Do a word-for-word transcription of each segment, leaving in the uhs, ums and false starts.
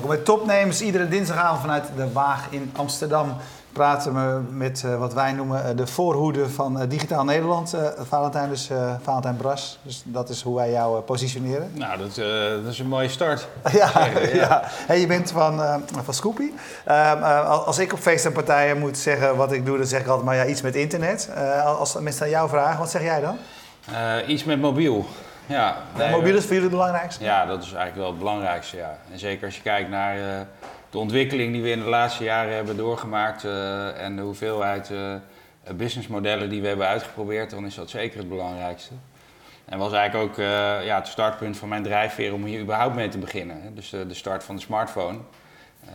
welkom bij Topnames. Iedere dinsdagavond vanuit de Waag in Amsterdam praten we met uh, wat wij noemen uh, de voorhoede van uh, Digitaal Nederland. Uh, Valentijn, dus uh, Valentijn Bras. Dus dat is hoe wij jou uh, positioneren. Nou, dat, uh, dat is een mooie start. ja, ja. ja. Hey, je bent van, uh, van Scoopy. Uh, uh, als ik op feesten en partijen moet zeggen wat ik doe, dan zeg ik altijd maar ja, iets met internet. Uh, als mensen aan jou vragen, wat zeg jij dan? Uh, iets met mobiel. Ja, nee, mobiel is voor jullie het belangrijkste? Ja, dat is eigenlijk wel het belangrijkste. Ja. En zeker als je kijkt naar uh, de ontwikkeling die we in de laatste jaren hebben doorgemaakt uh, en de hoeveelheid uh, businessmodellen die we hebben uitgeprobeerd, dan is dat zeker het belangrijkste. En was eigenlijk ook uh, ja, het startpunt van mijn drijfveer om hier überhaupt mee te beginnen. Hè. Dus uh, de start van de smartphone. Uh,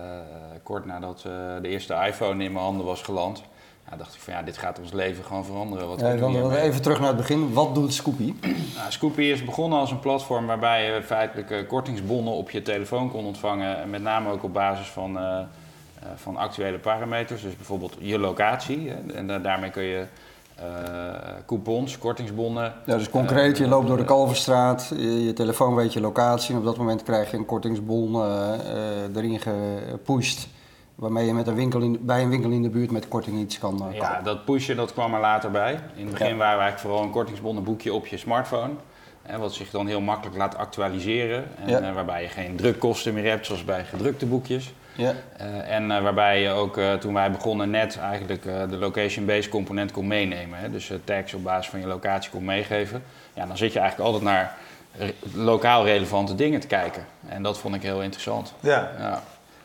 kort nadat uh, de eerste iPhone in mijn handen was geland. Ja, dacht ik van ja, dit gaat ons leven gewoon veranderen. Wat ja, dan dan even terug naar het begin. Wat doet Scoopy? Nou, Scoopy is begonnen als een platform waarbij je feitelijk uh, kortingsbonnen op je telefoon kon ontvangen. En met name ook op basis van, uh, uh, van actuele parameters. Dus bijvoorbeeld je locatie. Hè, en uh, daarmee kun je uh, coupons, kortingsbonnen. Ja, dus concreet, je loopt door de Kalverstraat, je, je telefoon weet je locatie. En op dat moment krijg je een kortingsbon uh, uh, erin gepusht. Waarmee je met een winkel in, bij een winkel in de buurt met korting iets kan uh, Ja, kopen. Dat pushen dat kwam er later bij. In het begin ja. waren we eigenlijk vooral een kortingsbonnenboekje op je smartphone. Hè, wat zich dan heel makkelijk laat actualiseren. En, ja. uh, waarbij je geen drukkosten meer hebt zoals bij gedrukte boekjes. Ja. Uh, en uh, waarbij je ook uh, toen wij begonnen net eigenlijk uh, de location-based component kon meenemen. Hè, dus uh, tags op basis van je locatie kon meegeven. Ja, dan zit je eigenlijk altijd naar re- lokaal relevante dingen te kijken. En dat vond ik heel interessant. Ja. ja.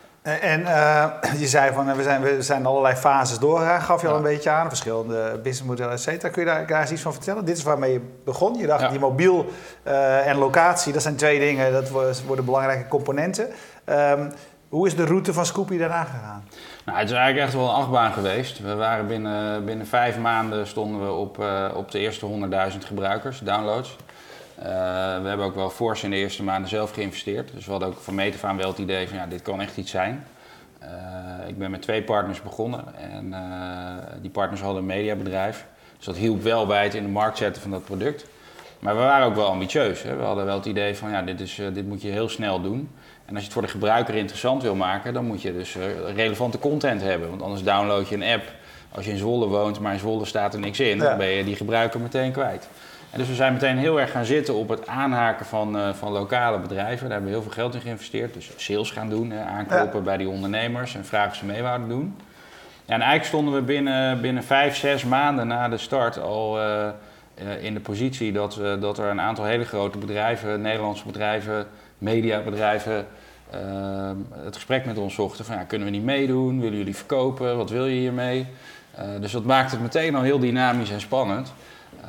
En uh, je zei van we zijn, we zijn allerlei fases doorgegaan, gaf je ja. al een beetje aan, verschillende businessmodellen, et cetera. Kun je daar, daar eens iets van vertellen? Dit is waarmee je begon. Je dacht ja. die mobiel uh, en locatie, dat zijn twee dingen, dat worden belangrijke componenten. Um, hoe is de route van Scoopy daarna gegaan? Nou, het is eigenlijk echt wel een achtbaan geweest. We waren binnen, binnen vijf maanden stonden we op, uh, op de eerste honderdduizend gebruikers, downloads. Uh, we hebben ook wel fors in de eerste maanden zelf geïnvesteerd. Dus we hadden ook van meet af aan wel het idee van ja, dit kan echt iets zijn. Uh, ik ben met twee partners begonnen en uh, die partners hadden een mediabedrijf. Dus dat hielp wel bij het in de markt zetten van dat product. Maar we waren ook wel ambitieus. Hè? We hadden wel het idee van ja, dit, is, uh, dit moet je heel snel doen. En als je het voor de gebruiker interessant wil maken, dan moet je dus uh, relevante content hebben. Want anders download je een app als je in Zwolle woont, maar in Zwolle staat er niks in. Ja. Dan ben je die gebruiker meteen kwijt. En dus we zijn meteen heel erg gaan zitten op het aanhaken van, uh, van lokale bedrijven. Daar hebben we heel veel geld in geïnvesteerd. Dus sales gaan doen, hè, aankopen ja. bij die ondernemers en vragen of ze mee wouden doen. Ja, en eigenlijk stonden we binnen, binnen vijf, zes maanden na de start al uh, uh, in de positie dat, we, dat er een aantal hele grote bedrijven, Nederlandse bedrijven, mediabedrijven, uh, het gesprek met ons zochten van ja, kunnen we niet meedoen, willen jullie verkopen, wat wil je hiermee? Uh, dus dat maakt het meteen al heel dynamisch en spannend. Uh,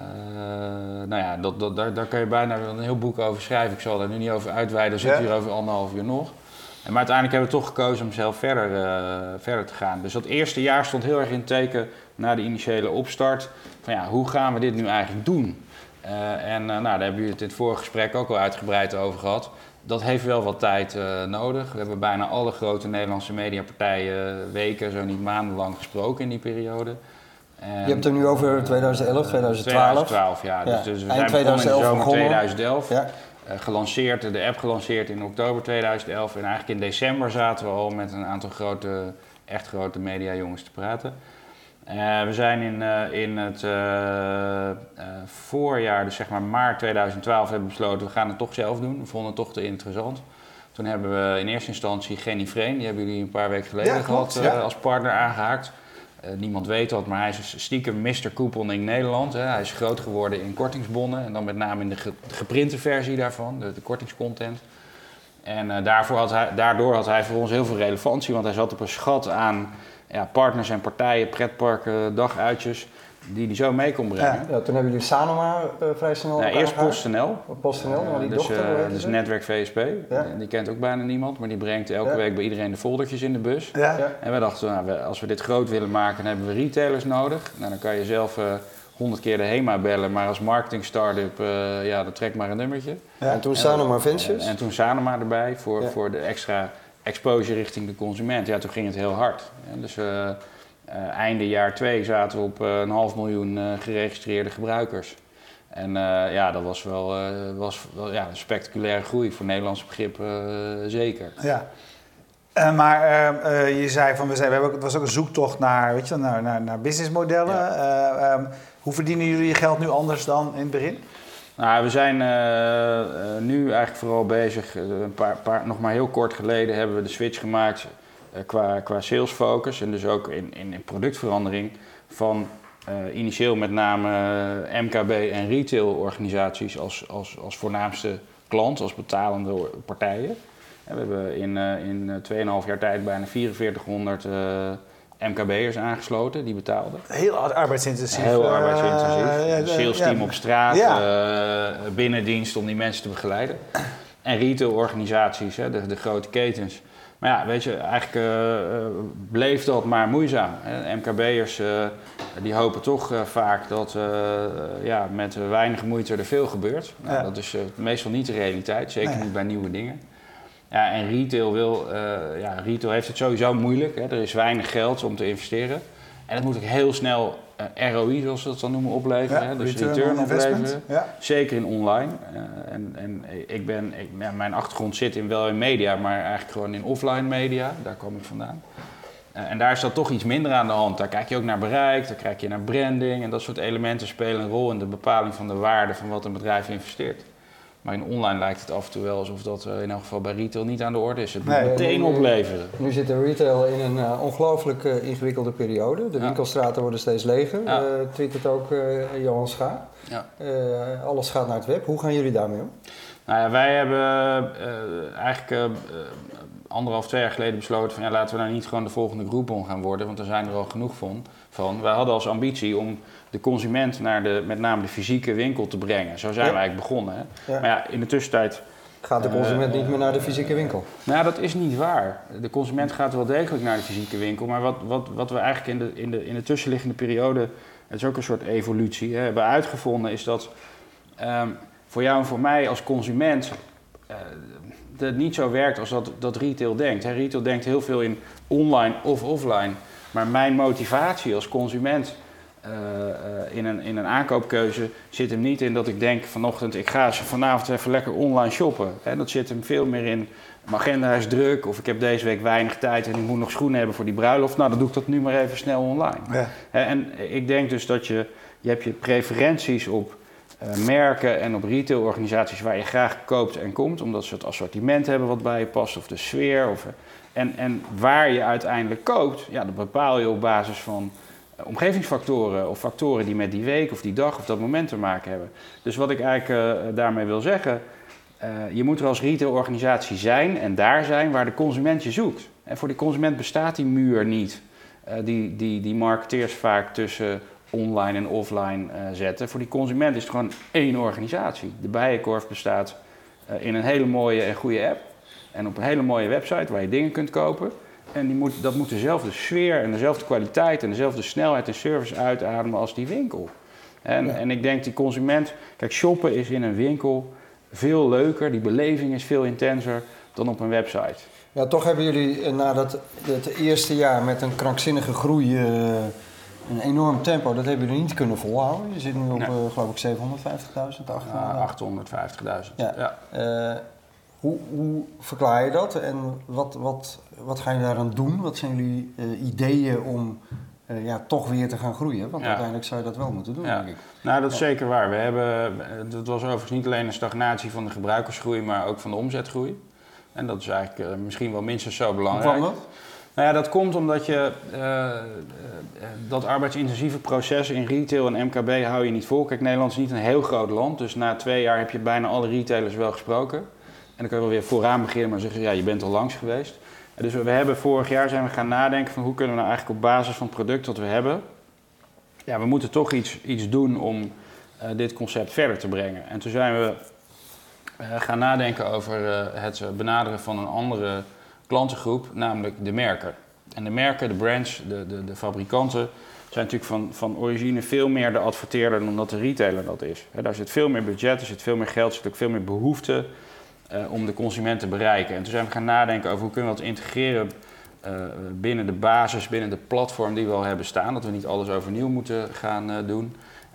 nou ja, dat, dat, daar, daar kan je bijna een heel boek over schrijven. Ik zal daar nu niet over uitweiden, we zitten ja. hier over anderhalf uur nog. En, maar uiteindelijk hebben we toch gekozen om zelf verder, uh, verder te gaan. Dus dat eerste jaar stond heel erg in het teken na de initiële opstart. Van ja, hoe gaan we dit nu eigenlijk doen? Uh, en uh, nou, daar hebben jullie het in het vorige gesprek ook al uitgebreid over gehad. Dat heeft wel wat tijd uh, nodig. We hebben bijna alle grote Nederlandse mediapartijen weken, zo niet maandenlang gesproken in die periode. En je hebt het er nu over twintig elf, twintig twaalf? twintig twaalf, ja. Dus, ja. dus we zijn begonnen in de zomer twintig elf. Ja. Uh, gelanceerd, de app gelanceerd in oktober twintig elf. En eigenlijk in december zaten we al met een aantal grote, echt grote mediajongens te praten. Uh, we zijn in, uh, in het uh, uh, voorjaar, dus zeg maar maart twintig twaalf, hebben besloten we gaan het toch zelf doen. We vonden het toch te interessant. Toen hebben we in eerste instantie Genifreen, die hebben jullie een paar weken geleden ja, gehad, uh, ja. als partner aangehaakt. Uh, niemand weet dat, maar hij is stiekem mister Couponing Nederland. Hè. Hij is groot geworden in kortingsbonnen en dan met name in de, ge- de geprinte versie daarvan, de, de kortingscontent. En uh, daarvoor had hij, daardoor had hij voor ons heel veel relevantie, want hij zat op een schat aan ja, partners en partijen, pretparken, daguitjes, die hij zo mee kon brengen. Ja, ja, toen hebben jullie Sanoma uh, vrij snel nou, eerst PostNL. PostNL, uh, die dus, dochter. Uh, dus Netwerk V S P. Ja. Die, die kent ook bijna niemand, maar die brengt elke ja. week bij iedereen de foldertjes in de bus. Ja. Ja. En we dachten, nou, we, als we dit groot willen maken, dan hebben we retailers nodig. Nou, dan kan je zelf honderd uh, keer de HEMA bellen, maar als marketing start-up, uh, ja, dan trek maar een nummertje. Ja. En toen Sanoma Ventures. En, en toen Sanoma erbij voor, ja. voor de extra exposure richting de consument. Ja, toen ging het heel hard. En dus uh, uh, einde jaar twee zaten we op uh, een half miljoen uh, geregistreerde gebruikers. En uh, ja, dat was wel, uh, was wel ja, een spectaculaire groei voor Nederlandse begrippen, uh, zeker. Ja. Uh, maar uh, uh, je zei van, we zijn, we hebben ook, het was ook een zoektocht naar, weet je, naar, naar, naar businessmodellen. Ja. Uh, um, hoe verdienen jullie je geld nu anders dan in het begin? Nou, we zijn uh, uh, nu eigenlijk vooral bezig. Uh, een paar, paar, nog maar heel kort geleden hebben we de switch gemaakt uh, qua, qua sales focus. En dus ook in, in, in productverandering van uh, initieel met name uh, M K B en retail organisaties als, als, als voornaamste klant, als betalende partijen. En we hebben in, uh, in twee komma vijf jaar tijd bijna vierenveertighonderd uh, M K B'ers aangesloten die betaalden. Heel arbeidsintensief. Heel arbeidsintensief. Uh, een sales team ja. op straat, ja. uh, binnendienst om die mensen te begeleiden. En retailorganisaties, hè, de, de grote ketens. Maar ja, weet je, eigenlijk uh, bleef dat maar moeizaam. Hè. M K B'ers uh, die hopen toch uh, vaak dat uh, ja, met weinig moeite er veel gebeurt. Nou, ja. Dat is uh, meestal niet de realiteit, zeker nee. niet bij nieuwe dingen. Ja, en retail, wil, uh, ja, retail heeft het sowieso moeilijk. Hè. Er is weinig geld om te investeren. En dat moet ook heel snel uh, R O I, zoals we dat dan noemen, opleveren. Ja, hè. Dus return, return opleveren. Ja. Zeker in online. Uh, en en ik ben, ik, ja, mijn achtergrond zit in, wel in media, maar eigenlijk gewoon in offline media. Daar kom ik vandaan. Uh, en daar is dat toch iets minder aan de hand. Daar kijk je ook naar bereik, daar kijk je naar branding. En dat soort elementen spelen een rol in de bepaling van de waarde van wat een bedrijf investeert. Maar in online lijkt het af en toe wel alsof dat uh, in elk geval bij retail niet aan de orde is. Het moet nee, meteen nu, opleveren. Nu zit de retail in een uh, ongelooflijk uh, ingewikkelde periode. De ja. winkelstraten worden steeds leger. Ja. Uh, twittert ook uh, Johan Schaar. Ja. Uh, alles gaat naar het web. Hoe gaan jullie daarmee om? Nou ja, wij hebben uh, eigenlijk uh, anderhalf, twee jaar geleden besloten van ja, laten we nou niet gewoon de volgende Groupon gaan worden, want er zijn er al genoeg van. van. Wij hadden als ambitie om de consument naar de, met name de fysieke winkel te brengen. Zo zijn ja. we eigenlijk begonnen. Hè? Ja. Maar ja, in de tussentijd... Gaat de consument uh, niet meer naar de fysieke winkel? Nou, dat is niet waar. De consument gaat wel degelijk naar de fysieke winkel. Maar wat, wat, wat we eigenlijk in de, in, de, in de tussenliggende periode... Het is ook een soort evolutie, hè, hebben uitgevonden... is dat um, voor jou en voor mij als consument... Uh, dat het niet zo werkt als dat, dat retail denkt. Hè? Retail denkt heel veel in online of offline. Maar mijn motivatie als consument... Uh, uh, in, een, in een aankoopkeuze zit hem niet in dat ik denk vanochtend ik ga vanavond even lekker online shoppen. Hè, dat zit hem veel meer in mijn agenda is druk of ik heb deze week weinig tijd en ik moet nog schoenen hebben voor die bruiloft. Nou, dan doe ik dat nu maar even snel online. Ja. Hè, en ik denk dus dat je, je hebt je preferenties op uh, merken en op retailorganisaties waar je graag koopt en komt. Omdat ze het assortiment hebben wat bij je past of de sfeer. Of, en, en waar je uiteindelijk koopt, ja, dat bepaal je op basis van... omgevingsfactoren of factoren die met die week of die dag of dat moment te maken hebben. Dus wat ik eigenlijk uh, daarmee wil zeggen, uh, je moet er als retailorganisatie zijn en daar zijn waar de consument je zoekt. En voor die consument bestaat die muur niet, uh, die, die, die marketeers vaak tussen online en offline uh, zetten. Voor die consument is het gewoon één organisatie. De Bijenkorf bestaat uh, in een hele mooie en goede app en op een hele mooie website waar je dingen kunt kopen. En die moet, dat moet dezelfde sfeer en dezelfde kwaliteit en dezelfde snelheid en service uitademen als die winkel. En, ja. en ik denk die consument... Kijk, shoppen is in een winkel veel leuker, die beleving is veel intenser dan op een website. Ja, toch hebben jullie na dat, het eerste jaar met een krankzinnige groei, uh, een enorm tempo, dat hebben jullie niet kunnen volhouden. Je zit nu op, nee. uh, geloof ik, zevenhonderdvijftigduizend, achthonderdvijftigduizend. Ja. ja. Uh, Hoe, hoe verklaar je dat en wat, wat, wat ga je daaraan doen? Wat zijn jullie uh, ideeën om uh, ja, toch weer te gaan groeien? Want ja. uiteindelijk zou je dat wel moeten doen, ja. denk ik. Nou, dat is ja. zeker waar. We hebben, dat was overigens niet alleen een stagnatie van de gebruikersgroei, maar ook van de omzetgroei. En dat is eigenlijk uh, misschien wel minstens zo belangrijk. Hoe kwam dat? Nou ja, dat komt omdat je uh, uh, dat arbeidsintensieve proces in retail en M K B hou je niet vol. Kijk, Nederland is niet een heel groot land, dus na twee jaar heb je bijna alle retailers wel gesproken. En dan kun je wel weer vooraan beginnen, maar zeggen, ja, je bent al langs geweest. En dus we hebben vorig jaar zijn we gaan nadenken van hoe kunnen we nou eigenlijk op basis van het product dat we hebben, ja, we moeten toch iets, iets doen om uh, dit concept verder te brengen. En toen zijn we uh, gaan nadenken over uh, het benaderen van een andere klantengroep, namelijk de merken. En de merken, de brands, de, de, de fabrikanten zijn natuurlijk van, van origine veel meer de adverteerder dan dat de retailer dat is. He, daar zit veel meer budget, er zit veel meer geld, er zit ook veel meer behoefte Uh, om de consument te bereiken. En toen zijn we gaan nadenken over hoe kunnen we dat integreren uh, binnen de basis, binnen de platform die we al hebben staan. Dat we niet alles overnieuw moeten gaan uh, doen.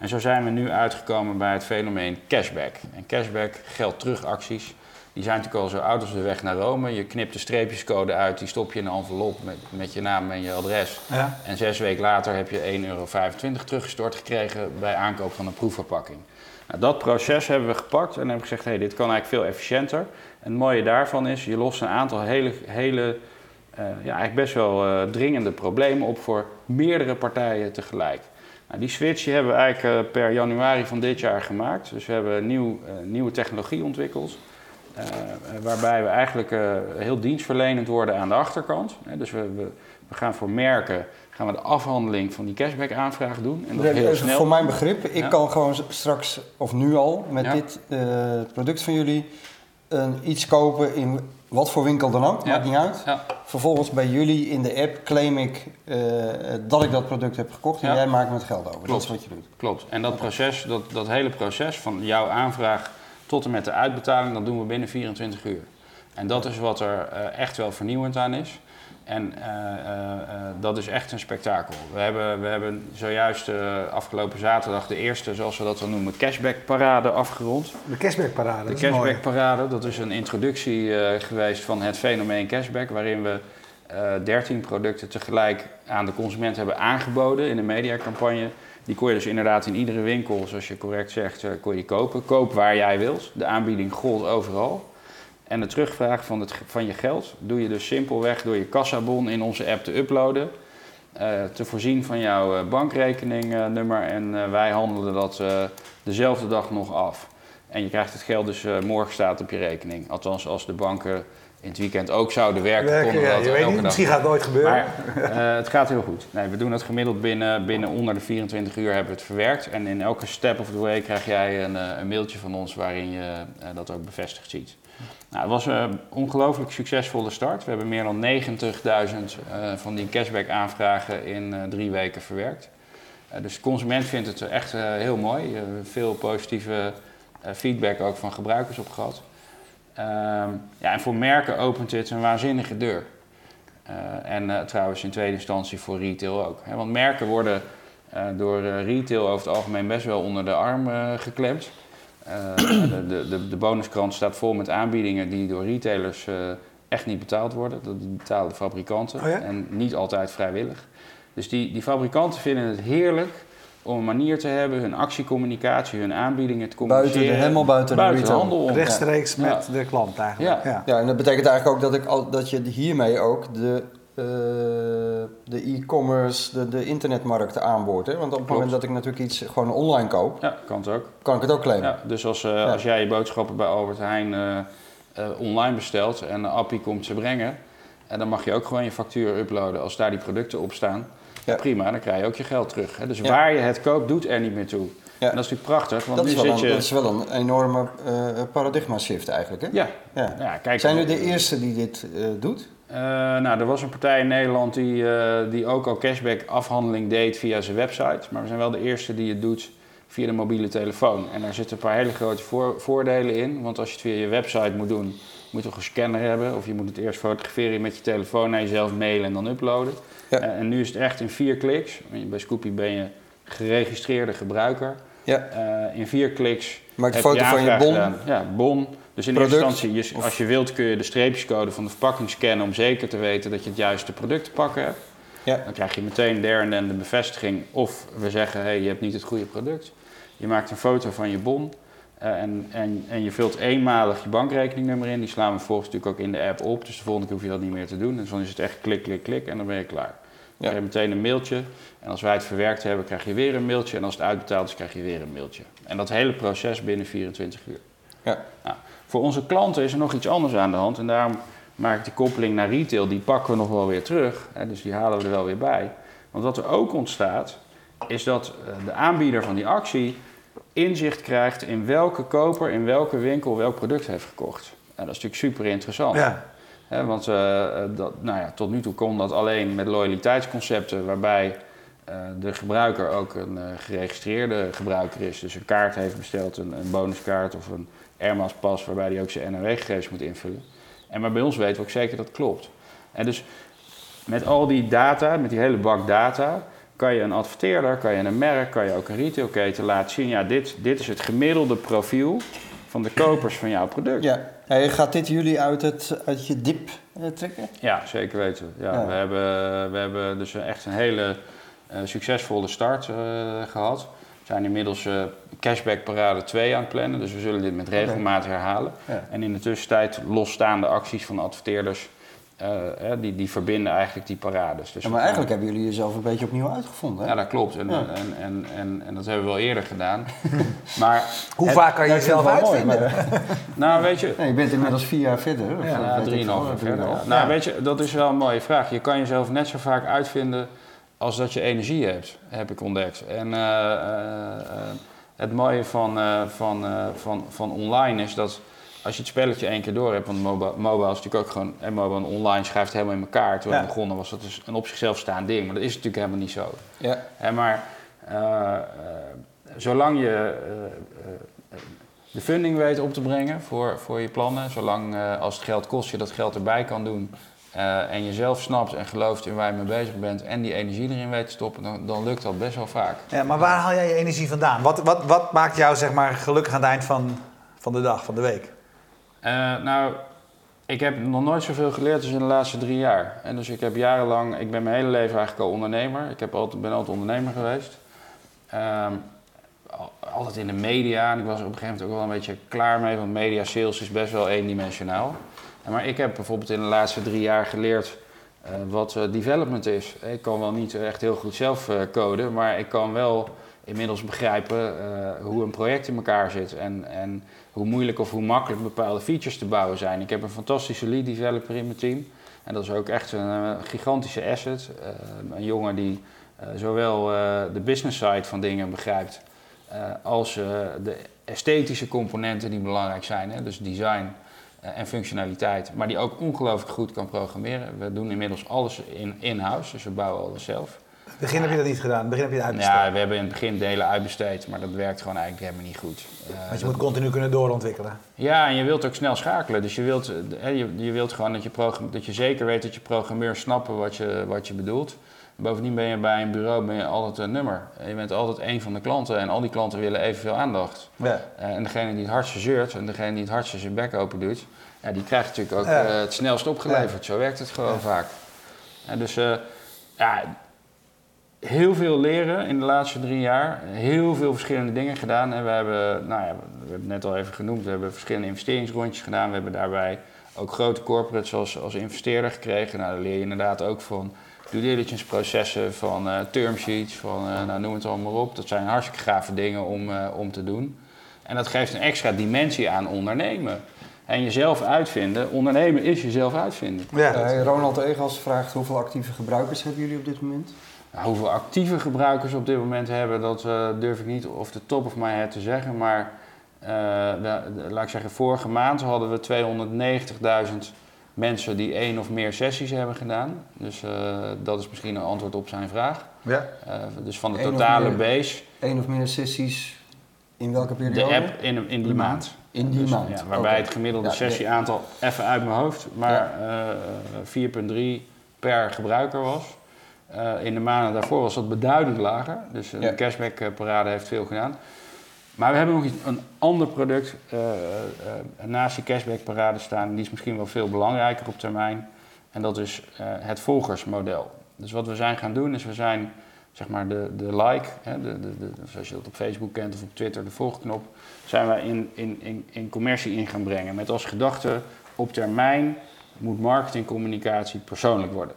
En zo zijn we nu uitgekomen bij het fenomeen cashback. En cashback, geld terugacties, die zijn natuurlijk al zo oud als de weg naar Rome. Je knipt de streepjescode uit, die stop je in een envelop met, met je naam en je adres. Ja. En zes weken later heb je één euro vijfentwintig teruggestort gekregen bij aankoop van een proefverpakking. Nou, dat proces hebben we gepakt en hebben gezegd, hey, dit kan eigenlijk veel efficiënter. En het mooie daarvan is, je lost een aantal hele, hele uh, ja, eigenlijk best wel uh, dringende problemen op voor meerdere partijen tegelijk. Nou, die switch die hebben we eigenlijk uh, per januari van dit jaar gemaakt. Dus we hebben nieuw, uh, nieuwe technologie ontwikkeld. Uh, waarbij we eigenlijk uh, heel dienstverlenend worden aan de achterkant. Uh, dus we, we, we gaan voor merken gaan we de afhandeling van die cashback aanvraag doen. En dat heel even snel. Voor mijn begrip, ik ja. kan gewoon straks, of nu al, met ja. dit uh, product van jullie uh, iets kopen in wat voor winkel dan ook, ja. maakt niet uit. Ja. Vervolgens bij jullie in de app claim ik uh, dat ik dat product heb gekocht en ja. jij maakt me het geld over. Klopt. Dat is wat je doet. Klopt. En dat proces, dat, dat hele proces van jouw aanvraag tot en met de uitbetaling, dat doen we binnen vierentwintig uur. En dat is wat er uh, echt wel vernieuwend aan is. En uh, uh, uh, dat is echt een spektakel. We hebben, we hebben zojuist uh, afgelopen zaterdag de eerste, zoals we dat dan noemen, cashback-parade afgerond. De cashback-parade, De cashback-parade, dat is een introductie uh, geweest van het fenomeen cashback, waarin we uh, dertien producten tegelijk aan de consument hebben aangeboden in een mediacampagne. Die kon je dus inderdaad in iedere winkel, zoals je correct zegt, uh, kon je die kopen. Koop waar jij wilt. De aanbieding gold overal. En de terugvraag van, het, van je geld doe je dus simpelweg door je kassabon in onze app te uploaden. Uh, te voorzien van jouw uh, bankrekeningnummer. En uh, wij handelen dat uh, dezelfde dag nog af. En je krijgt het geld dus uh, morgen staat op je rekening. Althans, als de banken in het weekend ook zouden werken, werken konden ja, dat je weet elke niet, dag. Misschien gaat het nooit gebeuren. Maar uh, het gaat heel goed. Nee, we doen dat gemiddeld binnen, binnen onder de vierentwintig uur hebben we het verwerkt. En in elke step of the way krijg jij een, een mailtje van ons waarin je uh, dat ook bevestigd ziet. Nou, het was een ongelooflijk succesvolle start. We hebben meer dan negentigduizend uh, van die cashback aanvragen in uh, drie weken verwerkt. Uh, dus de consument vindt het echt uh, heel mooi. Uh, veel positieve uh, feedback ook van gebruikers op gehad. Uh, ja, en voor merken opent dit een waanzinnige deur. Uh, en uh, trouwens in tweede instantie voor retail ook. Hè? Want merken worden uh, door uh, retail over het algemeen best wel onder de arm uh, geklemd. Uh, de, de, de bonuskrant staat vol met aanbiedingen die door retailers uh, echt niet betaald worden. Dat betalen de fabrikanten oh ja? en niet altijd vrijwillig. Dus die, die fabrikanten vinden het heerlijk om een manier te hebben, hun actiecommunicatie, hun aanbiedingen te communiceren. Buiten de, helemaal buiten, buiten de, de handel om. Rechtstreeks ja. met ja. de klant eigenlijk. Ja. Ja. ja, en dat betekent eigenlijk ook dat, ik al, dat je hiermee ook de, uh, de e-commerce, de, de internetmarkten aanboort. Hè? Want op het Klopt. moment dat ik natuurlijk iets gewoon online koop, ja, kan het ook. Kan ik het ook claimen. Ja, dus als, uh, ja. als jij je boodschappen bij Albert Heijn uh, uh, online bestelt en de appie komt ze brengen, en dan mag je ook gewoon je factuur uploaden als daar die producten op staan. Ja. Prima, dan krijg je ook je geld terug. Hè? Dus ja. waar je het koopt, doet er niet meer toe. Ja. En dat is natuurlijk prachtig. Want dat, nu is wel zit een, je... dat is wel een enorme uh, paradigma shift eigenlijk. Hè? Ja. ja. ja kijk, zijn u de eerste die dit uh, doet? Uh, nou, er was een partij in Nederland die, uh, die ook al cashback afhandeling deed via zijn website. Maar we zijn wel de eerste die het doet via de mobiele telefoon. En daar zitten een paar hele grote voor, voordelen in. Want als je het via je website moet doen, moet je toch een scanner hebben. Of je moet het eerst fotograferen met je telefoon naar jezelf mailen en dan uploaden. Ja. Uh, en nu is het echt in vier kliks. Bij Scoopy ben je geregistreerde gebruiker. Ja. Uh, in vier kliks maak een foto je van je bon. Gedaan. Ja, bon. Dus in product, eerste instantie, je, als je wilt, kun je de streepjescode van de verpakking scannen om zeker te weten dat je het juiste product te pakken hebt. Ja. Dan krijg je meteen there en then de bevestiging. Of we zeggen, hey, je hebt niet het goede product. Je maakt een foto van je bon uh, en, en, en je vult eenmalig je bankrekeningnummer in. Die slaan we vervolgens natuurlijk ook in de app op. Dus de volgende keer hoef je dat niet meer te doen. Dus dan is het echt klik, klik, klik en dan ben je klaar. Dan krijg je meteen een mailtje. En als wij het verwerkt hebben, krijg je weer een mailtje. En als het uitbetaald is, krijg je weer een mailtje. En dat hele proces binnen vierentwintig uur. Ja. Nou, voor onze klanten is er nog iets anders aan de hand. En daarom maak ik die koppeling naar retail. Die pakken we nog wel weer terug. Hè, dus die halen we er wel weer bij. Want wat er ook ontstaat, is dat de aanbieder van die actie inzicht krijgt in welke koper, in welke winkel, welk product heeft gekocht. En dat is natuurlijk super interessant. Ja. He, want uh, dat, nou ja, tot nu toe kon dat alleen met loyaliteitsconcepten waarbij uh, de gebruiker ook een uh, geregistreerde gebruiker is. Dus een kaart heeft besteld, een, een bonuskaart of een Airmas pas waarbij hij ook zijn N R W-gegevens moet invullen. En maar bij ons weten we ook zeker dat klopt. En dus met al die data, met die hele bak data, kan je een adverteerder, kan je een merk, kan je ook een retailketen laten zien. Ja, dit, dit is het gemiddelde profiel van de kopers van jouw product. Ja. Hey, gaat dit jullie uit, het, uit je dip uh, trekken? Ja, zeker weten. Ja, Ja. We, hebben, we hebben dus echt een hele uh, succesvolle start uh, gehad. We zijn inmiddels uh, Cashback Parade twee aan het plannen, dus we zullen dit met regelmaat herhalen. Ja. En in de tussentijd losstaande acties van adverteerders, uh, uh, die, die verbinden eigenlijk die parades. Dus Ja, maar eigenlijk hebben jullie jezelf een beetje opnieuw uitgevonden, hè? Ja, dat klopt. En, Ja. en, en, en, en dat hebben we wel eerder gedaan. Maar Hoe Het- vaak kan je Ja, ik vind jezelf het wel mooi, uitvinden? maar- nou, weet je, Nee, je bent inmiddels vier jaar verder. Of, Ja, uh, Ja, weet ik drieënhalf veel, jaar verder. drieënhalf. Ja. Nou, Ja. weet je, dat is wel een mooie vraag. Je kan jezelf net zo vaak uitvinden als dat je energie hebt, heb ik ontdekt. En uh, uh, uh, het mooie van, uh, van, uh, van, van online is dat als je het spelletje één keer door hebt, want mobile, mobile is natuurlijk ook gewoon, en mobile en online schrijft helemaal in elkaar. Toen we Ja. begonnen was dat dus een op zichzelf staand ding, maar dat is natuurlijk helemaal niet zo. Ja. Hè, maar uh, uh, zolang je uh, uh, de funding weet op te brengen voor, voor je plannen, zolang uh, als het geld kost je dat geld erbij kan doen uh, en je zelf snapt en gelooft in waar je mee bezig bent en die energie erin weet te stoppen, dan, dan lukt dat best wel vaak. Ja, maar waar haal jij je energie vandaan? Wat, wat, wat maakt jou zeg maar, gelukkig aan het eind van, van de dag, van de week? Uh, nou, ik heb nog nooit zoveel geleerd als in de laatste drie jaar. En dus ik heb jarenlang, ik ben mijn hele leven eigenlijk al ondernemer. Ik heb altijd, ben altijd ondernemer geweest. Um, altijd in de media en ik was er op een gegeven moment ook wel een beetje klaar mee, want media sales is best wel eendimensionaal. Maar ik heb bijvoorbeeld in de laatste drie jaar geleerd uh, wat uh, development is. Ik kan wel niet echt heel goed zelf uh, coden, maar ik kan wel inmiddels begrijpen uh, hoe een project in elkaar zit en, en hoe moeilijk of hoe makkelijk bepaalde features te bouwen zijn. Ik heb een fantastische lead developer in mijn team en dat is ook echt een uh, gigantische asset. Uh, een jongen die uh, zowel uh, de business side van dingen begrijpt, Uh, als uh, de esthetische componenten die belangrijk zijn, hè, dus design uh, en functionaliteit, maar die ook ongelooflijk goed kan programmeren. We doen inmiddels alles in, in-house, dus we bouwen alles zelf. In het begin heb je dat niet gedaan, in het begin heb je het uitbesteed. Ja, we hebben in het begin delen uitbesteed, maar dat werkt gewoon eigenlijk helemaal niet goed. Uh, Want je dat, moet continu kunnen doorontwikkelen. ja, en je wilt ook snel schakelen, dus je wilt, uh, je, je wilt gewoon dat je, program, dat je zeker weet dat je programmeurs snappen wat je, wat je bedoelt. Bovendien ben je bij een bureau ben je altijd een nummer. Je bent altijd één van de klanten en al die klanten willen evenveel aandacht. Ja. Uh, en degene die het hardste zeurt en degene die het hardste zijn bek open doet, ja, die krijgt natuurlijk ook Ja. uh, het snelst opgeleverd. Ja. Zo werkt het gewoon Ja. vaak. En dus uh, ja, heel veel leren in de laatste drie jaar. Heel veel verschillende dingen gedaan. En we hebben, nou ja, we hebben het net al even genoemd, we hebben verschillende investeringsrondjes gedaan. We hebben daarbij ook grote corporates als, als investeerder gekregen. Nou, daar leer je inderdaad ook van due diligence processen, van uh, term sheets, van uh, nou, noem het allemaal op. Dat zijn hartstikke gave dingen om, uh, om te doen. En dat geeft een extra dimensie aan ondernemen. En jezelf uitvinden. Ondernemen is jezelf uitvinden. Ja. Uh, Ronald Egels vraagt hoeveel actieve gebruikers hebben jullie op dit moment? Nou, hoeveel actieve gebruikers op dit moment hebben, dat uh, durf ik niet off the top of my head te zeggen. Maar uh, de, de, laat ik zeggen, vorige maand hadden we tweehonderdnegentigduizend mensen die één of meer sessies hebben gedaan. Dus uh, dat is misschien een antwoord op zijn vraag. Ja. Uh, dus van de Eén of totale meer. base, Eén of meer sessies in welke de periode? app in, in die maand. In die Dus, maand. ja, waarbij Oké. het gemiddelde Ja, sessieaantal, even uit mijn hoofd, maar uh, vier komma drie per gebruiker was. Uh, in de maanden daarvoor was dat beduidend lager. Dus uh, Ja. de cashback uh, parade heeft veel gedaan. Maar we hebben nog iets, een ander product uh, uh, naast die cashback parade staan. Die is misschien wel veel belangrijker op termijn. En dat is uh, het volgersmodel. Dus wat we zijn gaan doen is we zijn zeg maar de, de like, hè, de, de, de, zoals je dat op Facebook kent of op Twitter, de volgknop, zijn we in, in, in, in commercie in gaan brengen. Met als gedachte, op termijn moet marketingcommunicatie persoonlijk worden.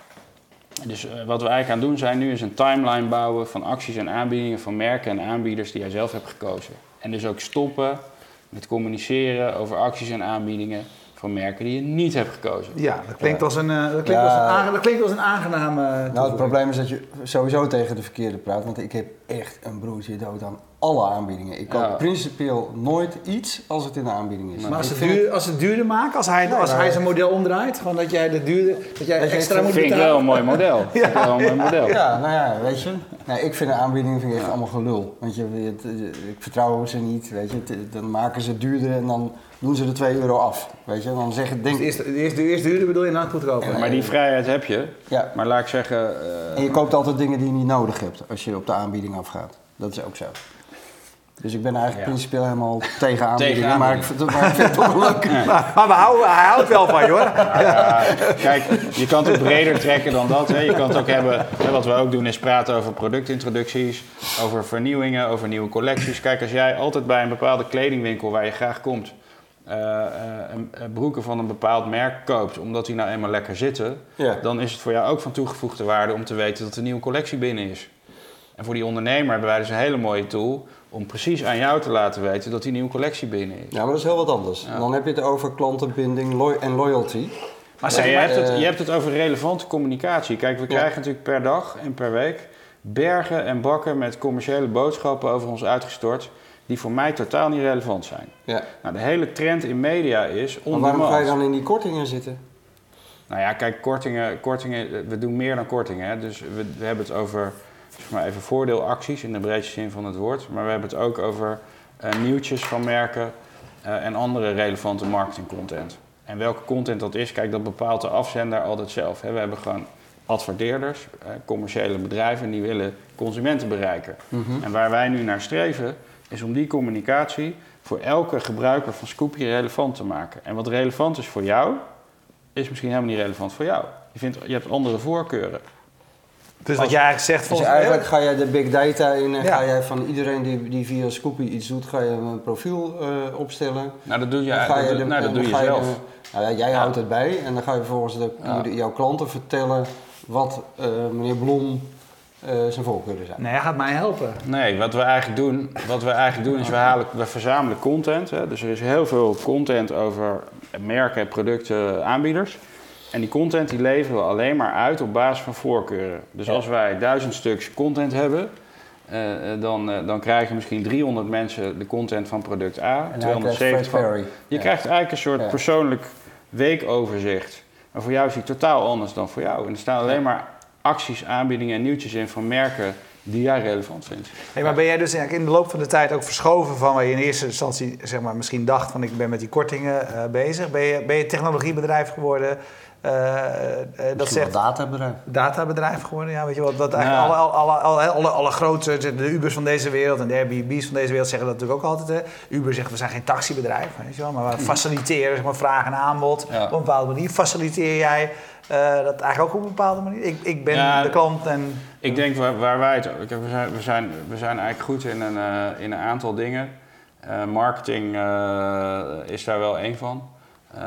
Dus uh, wat we eigenlijk aan het doen zijn nu is een timeline bouwen van acties en aanbiedingen van merken en aanbieders die jij zelf hebt gekozen. En dus ook stoppen met communiceren over acties en aanbiedingen van merken die je niet hebt gekozen. Ja, dat klinkt Ja. als een, uh, dat klinkt Ja. als een, aange- dat klinkt als een aangename... Nou, het probleem is dat je sowieso tegen de verkeerde praat, want ik heb echt een broertje dood aan alle aanbiedingen. Ik koop Ja. principieel nooit iets als het in de aanbieding is. Maar als Ik ze vind duur, als ze duurder maken, als hij, Nee, als maar- hij zijn model omdraait, gewoon dat jij de duurder, dat jij Dat je extra het- moet Vind ik betalen. wel een mooi model. Vind ik wel een mooi model. Ja, nou ja, weet je. Nee, ik vind de aanbiedingen vind ik echt allemaal gelul. Want je, het, ik vertrouw ze niet, weet je. Het- dan maken ze het duurder en dan doen ze er twee euro af. Weet je, dan zeggen denk Dus eerst, eerst, eerst duurder bedoel je na het goedkoper. Ja. Maar die vrijheid heb je. Ja. Maar laat ik zeggen... eh, En je koopt altijd dingen die je niet nodig hebt als je op de aanbieding afgaat. Dat is ook zo. Dus ik ben eigenlijk Ja. principieel helemaal tegen aanbiedingen, Tegen maar, ik vind, het- maar ik vind het toch leuk. Maar, maar we houden, hij houdt wel van je hoor. Ja, kijk, je kan het ook breder trekken dan dat. Hè. Je kan het ook hebben, hè, wat we ook doen is praten over productintroducties, over vernieuwingen, over nieuwe collecties. Kijk, als jij altijd bij een bepaalde kledingwinkel waar je graag komt, uh, uh, een, een broeken van een bepaald merk koopt, omdat die nou eenmaal lekker zitten, Ja. dan is het voor jou ook van toegevoegde waarde om te weten dat er een nieuwe collectie binnen is. En voor die ondernemer hebben wij dus een hele mooie tool om precies aan jou te laten weten dat die nieuwe collectie binnen is. Ja, maar dat is heel wat anders. Ja. Dan heb je het over klantenbinding loy- en loyalty. Maar Ja, zeg je, maar, hebt het, eh, je hebt het over relevante communicatie. Kijk, we Ja. krijgen natuurlijk per dag en per week bergen en bakken met commerciële boodschappen over ons uitgestort, die voor mij totaal niet relevant zijn. Ja. Nou, de hele trend in media is Maar on waarom ga je demand. dan in die kortingen zitten? Nou ja, kijk, kortingen, kortingen, we doen meer dan kortingen. Hè. Dus we, we hebben het over, zeg maar even voordeelacties in de breedste zin van het woord. Maar we hebben het ook over uh, nieuwtjes van merken uh, en andere relevante marketingcontent. En welke content dat is, kijk, dat bepaalt de afzender altijd zelf. Hè. We hebben gewoon adverteerders, uh, commerciële bedrijven, die willen consumenten bereiken. Mm-hmm. En waar wij nu naar streven, is om die communicatie voor elke gebruiker van Scoopy relevant te maken. En wat relevant is voor jou, is misschien helemaal niet relevant voor jou. Je, vindt, je hebt andere voorkeuren. dus wat jij eigenlijk zegt, Dus volgens eigenlijk ga jij de big data in en Ja. ga jij van iedereen die, die via Scoopy iets doet, ga je een profiel uh, opstellen. Nou, dat doe je, Dan ga dat, je doe- de- nou, dat en dan doe je ga zelf. de- nou ja, jij Ja. houdt het bij en dan ga je vervolgens de, Ja. de- jouw klanten vertellen wat uh, meneer Blom uh, zijn voorkeuren zijn. Nee, hij gaat mij helpen. Nee, wat we eigenlijk doen, wat we eigenlijk doen is we, halen, we verzamelen content. Hè. Dus er is heel veel content over merken, producten, aanbieders. En die content die leveren we alleen maar uit op basis van voorkeuren. Dus Ja. als wij duizend stuks content hebben, uh, dan, uh, dan krijgen misschien driehonderd mensen de content van product A. En hij krijgt tweehonderdzeventig van... Fred Perry. Je Ja. krijgt eigenlijk een soort Ja. persoonlijk weekoverzicht. Maar voor jou is die totaal anders dan voor jou. En er staan alleen maar acties, aanbiedingen en nieuwtjes in van merken die jij relevant vindt. Hey, maar ben jij dus eigenlijk in de loop van de tijd ook verschoven van waar je in eerste instantie zeg maar, misschien dacht van ik ben met die kortingen uh, bezig? Ben je, ben je technologiebedrijf geworden? Uh, uh, dat zegt wel databedrijf. databedrijf geworden, ja, weet je wat? Dat eigenlijk Ja. alle, alle, alle, alle, alle grote, de Ubers van deze wereld en de Airbnb's van deze wereld zeggen dat natuurlijk ook altijd. Hè. Uber zegt we zijn geen taxibedrijf, weet je wel, maar we faciliteren zeg maar, vraag en aanbod. Ja. Op een bepaalde manier faciliteer jij uh, dat eigenlijk ook op een bepaalde manier. Ik, ik ben Ja, de klant en... Ik denk waar, waar wij het... Kijk, we, zijn, we, zijn, we zijn eigenlijk goed in een, uh, in een aantal dingen. Uh, marketing uh, is daar wel één van. Uh,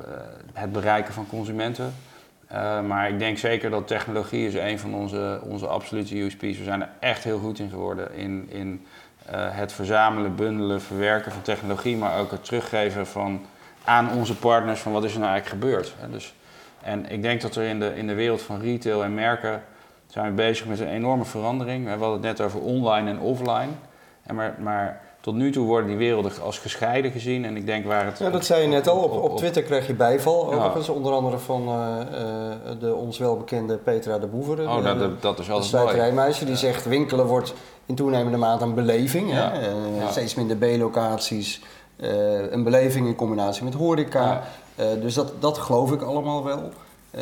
het bereiken van consumenten. Uh, maar ik denk zeker dat technologie is een van onze, onze absolute U S P's. We zijn er echt heel goed in geworden. In, in uh, het verzamelen, bundelen, verwerken van technologie. Maar ook het teruggeven van, aan onze partners van wat is er nou eigenlijk gebeurd. Dus, en ik denk dat er in de, in de wereld van retail en merken... zijn we bezig met een enorme verandering. We hadden het net over online en offline. En maar, maar tot nu toe worden die werelden als gescheiden gezien. En ik denk waar het... Ja, dat zei je net al. Op, op, op Twitter kreeg je bijval. Ja. Overigens, onder andere van uh, uh, de ons welbekende Petra de Boever. Oh, de, dat, dat, dat is de altijd mooi. sluiterijmeisje. Die Ja. zegt winkelen wordt in toenemende mate een beleving. Ja. Hè? Uh, Ja. Steeds minder B-locaties. Uh, een beleving in combinatie met horeca. Ja. Uh, dus dat, dat geloof ik allemaal wel. Uh,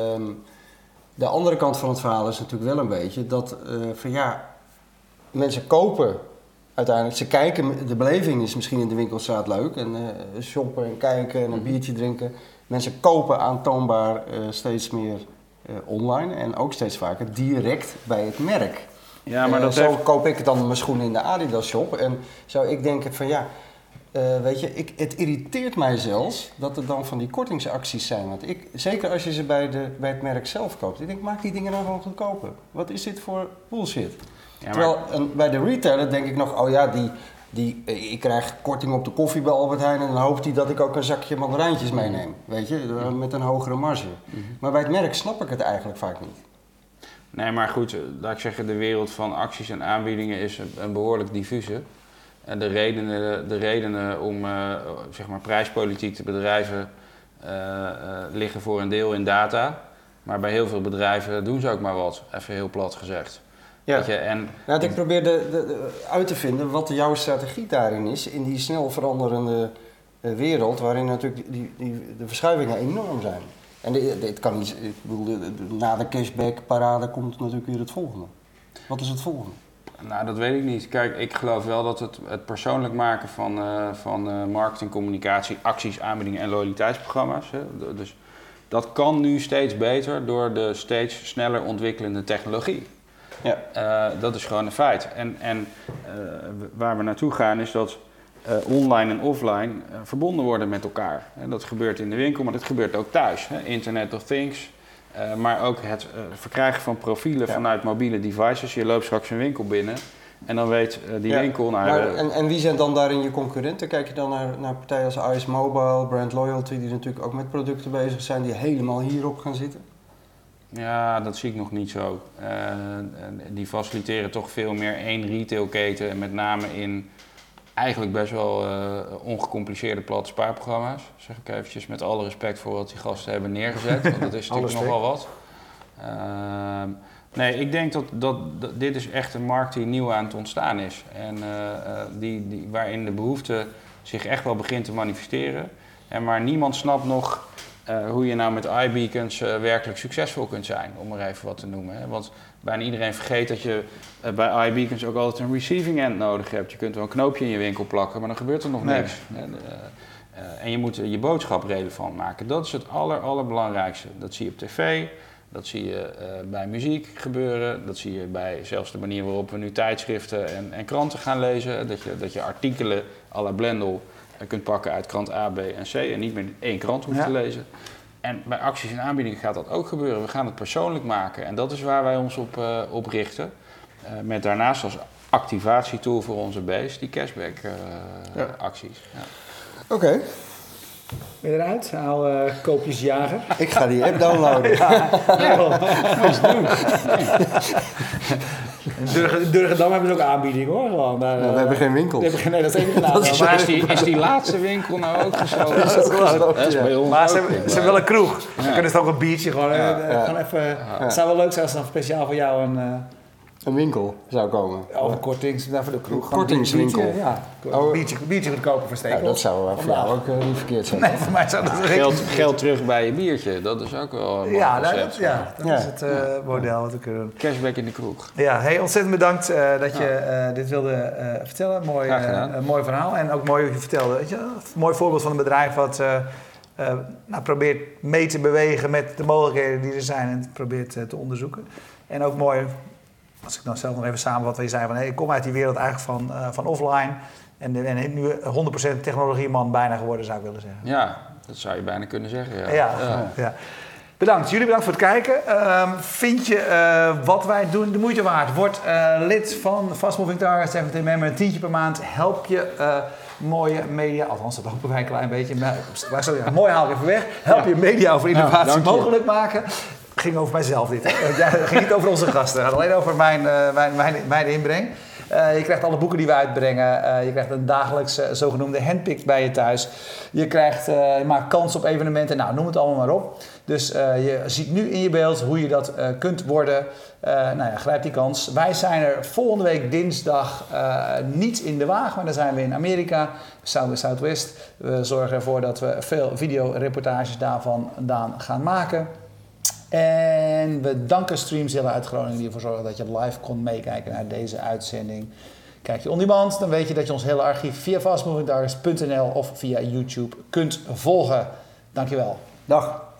de andere kant van het verhaal is natuurlijk wel een beetje dat uh, van ja, mensen kopen uiteindelijk. Ze kijken, de beleving is misschien in de winkelstraat leuk. En uh, shoppen en kijken en een biertje drinken. Mensen kopen aantoonbaar uh, steeds meer uh, online. En ook steeds vaker direct bij het merk. Ja, maar Uh, dat zo heeft... koop ik dan mijn schoenen in de Adidas shop. En zou ik denken van ja, uh, weet je, ik, het irriteert mij zelfs dat er dan van die kortingsacties zijn. Want ik, zeker als je ze bij, de, bij het merk zelf koopt. Ik denk, maak die dingen nou gewoon goedkoper. Wat is dit voor bullshit? Ja, maar... Terwijl een, bij de retailer denk ik nog, oh ja, die, die, ik krijg korting op de koffie bij Albert Heijn en dan hoopt hij dat ik ook een zakje mandarijntjes meeneem. Weet je, met een hogere marge. Mm-hmm. Maar bij het merk snap ik het eigenlijk vaak niet. Nee, maar goed, laat ik zeggen, de wereld van acties en aanbiedingen is een, een behoorlijk diffuse. En de redenen, de redenen om uh, zeg maar prijspolitiek te bedrijven uh, uh, liggen voor een deel in data. Maar bij heel veel bedrijven doen ze ook maar wat, even heel plat gezegd. Ja. Weet je, en, nou, ik probeer de, de, de, uit te vinden wat jouw strategie daarin is, in die snel veranderende uh, wereld, waarin natuurlijk die, die, de verschuivingen enorm zijn. En dit kan niet, ik bedoel, de, de, na de cashback-parade komt natuurlijk weer het volgende. Wat is het volgende? Nou, dat weet ik niet. Kijk, ik geloof wel dat het, het persoonlijk maken van, uh, van uh, marketing, communicatie, acties, aanbiedingen en loyaliteitsprogramma's. Hè, dus dat kan nu steeds beter door de steeds sneller ontwikkelende technologie. Ja. Uh, dat is gewoon een feit. En, en uh, waar we naartoe gaan is dat uh, online en offline uh, verbonden worden met elkaar. En dat gebeurt in de winkel, maar dat gebeurt ook thuis. Hè. Internet of Things. Uh, maar ook het uh, verkrijgen van profielen ja. vanuit mobiele devices. Je loopt straks een winkel binnen en dan weet uh, die ja. winkel... Nou, maar, uh, en, en wie zijn dan daarin je concurrenten? Kijk je dan naar, naar partijen als Ice Mobile, Brand Loyalty, die natuurlijk ook met producten bezig zijn, die helemaal hierop gaan zitten? Ja, dat zie ik nog niet zo. Uh, die faciliteren toch veel meer één retailketen en met name in eigenlijk best wel uh, ongecompliceerde platte spaarprogramma's. Zeg ik eventjes met alle respect voor wat die gasten hebben neergezet, want dat is natuurlijk nogal wat. Uh, nee, ik denk dat, dat, dat dit is echt een markt die nieuw aan het ontstaan is. En uh, uh, die, die, waarin de behoefte zich echt wel begint te manifesteren. En waar niemand snapt nog uh, hoe je nou met iBeacons uh, werkelijk succesvol kunt zijn, om er even wat te noemen. Hè. Want bijna iedereen vergeet dat je uh, bij iBeacons ook altijd een receiving end nodig hebt. Je kunt wel een knoopje in je winkel plakken, maar dan gebeurt er nog nee. niks. En, uh, uh, en je moet uh, je boodschap relevant maken. Dat is het aller, allerbelangrijkste. Dat zie je op tv, dat zie je uh, bij muziek gebeuren. Dat zie je bij zelfs de manier waarop we nu tijdschriften en, en kranten gaan lezen. Dat je, dat je artikelen à la Blendel uh, kunt pakken uit krant A, B en C en niet meer één krant hoeft ja. te lezen. En bij acties en aanbiedingen gaat dat ook gebeuren. We gaan het persoonlijk maken en dat is waar wij ons op, uh, op richten. Uh, met daarnaast als activatietool voor onze base die cashback uh, ja. acties. Ja. Oké. Okay. Ben je eruit? Haal uh, koopjesjager. Ik ga die app downloaden. ja, ja. Moet je doen. In Durgedam hebben ze ook aanbiedingen hoor. Gewoon, daar, ja, we uh, hebben geen winkel. We hebben geen, nee, dat is even gedaan. Dat is, maar is die, is die laatste winkel nou ook gesloten? Dat is ook gesloten. Dat is bij ons. Maar ze hebben, ze hebben wel een kroeg. Ja. Dan kunnen ze ook een biertje gewoon. Ja. Uh, ja. gewoon even, ja. Het zou wel leuk zijn als dan speciaal voor jou een... Uh, Een winkel zou komen. Of een kortings, daar voor de kroeg. Kortingswinkel. Biertje, ja. Oh. Biertje, biertje goed kopen voor Stekel. Ja, dat zou voor jou ook uh, niet verkeerd zijn. Nee, voor mij zou dat ja, geld, geld terug bij je biertje, dat is ook wel een ja, concept. Dat, ja, dat ja. is het uh, model wat we kunnen doen. Cashback in de kroeg. Ja, hey, ontzettend bedankt uh, dat je uh, dit wilde uh, vertellen. Mooi, uh, een mooi verhaal en ook mooi wat je vertelde. Weet je, een mooi voorbeeld van een bedrijf wat uh, uh, nou, probeert mee te bewegen met de mogelijkheden die er zijn en probeert uh, te onderzoeken. En ook mooi... Als ik dan zelf nog even samen wat we zeiden van hey, ik kom uit die wereld eigenlijk van, uh, van offline en, en nu honderd procent technologieman bijna geworden zou ik willen zeggen. Ja, dat zou je bijna kunnen zeggen. Ja. Ja, ja. ja. Bedankt. Jullie bedankt voor het kijken. Uh, vind je uh, wat wij doen de moeite waard? Word uh, lid van Fast Moving Targets en met een tientje per maand. Help je uh, mooie media, althans dat hopen wij een klein beetje. Maar, sorry, ja, mooi haal ik even weg. Help ja. je media over innovatie ja, mogelijk maken. Het ging over mijzelf dit. Het ging niet over onze gasten. Het gaat alleen over mijn, uh, mijn, mijn, mijn inbreng. Uh, je krijgt alle boeken die we uitbrengen. Uh, je krijgt een dagelijks uh, zogenoemde handpick bij je thuis. Je, krijgt, uh, je maakt kans op evenementen. Nou, noem het allemaal maar op. Dus uh, je ziet nu in je beeld hoe je dat uh, kunt worden. Uh, nou ja, grijp die kans. Wij zijn er volgende week dinsdag uh, niet in de Waag, maar dan zijn we in Amerika, South by Southwest. We zorgen ervoor dat we veel videoreportages daarvan gaan maken. En we danken Streamzilla uit Groningen die ervoor zorgen dat je live kon meekijken naar deze uitzending. Kijk je on demand, dan weet je dat je ons hele archief via fast moving targets punt n l of via YouTube kunt volgen. Dankjewel. Dag.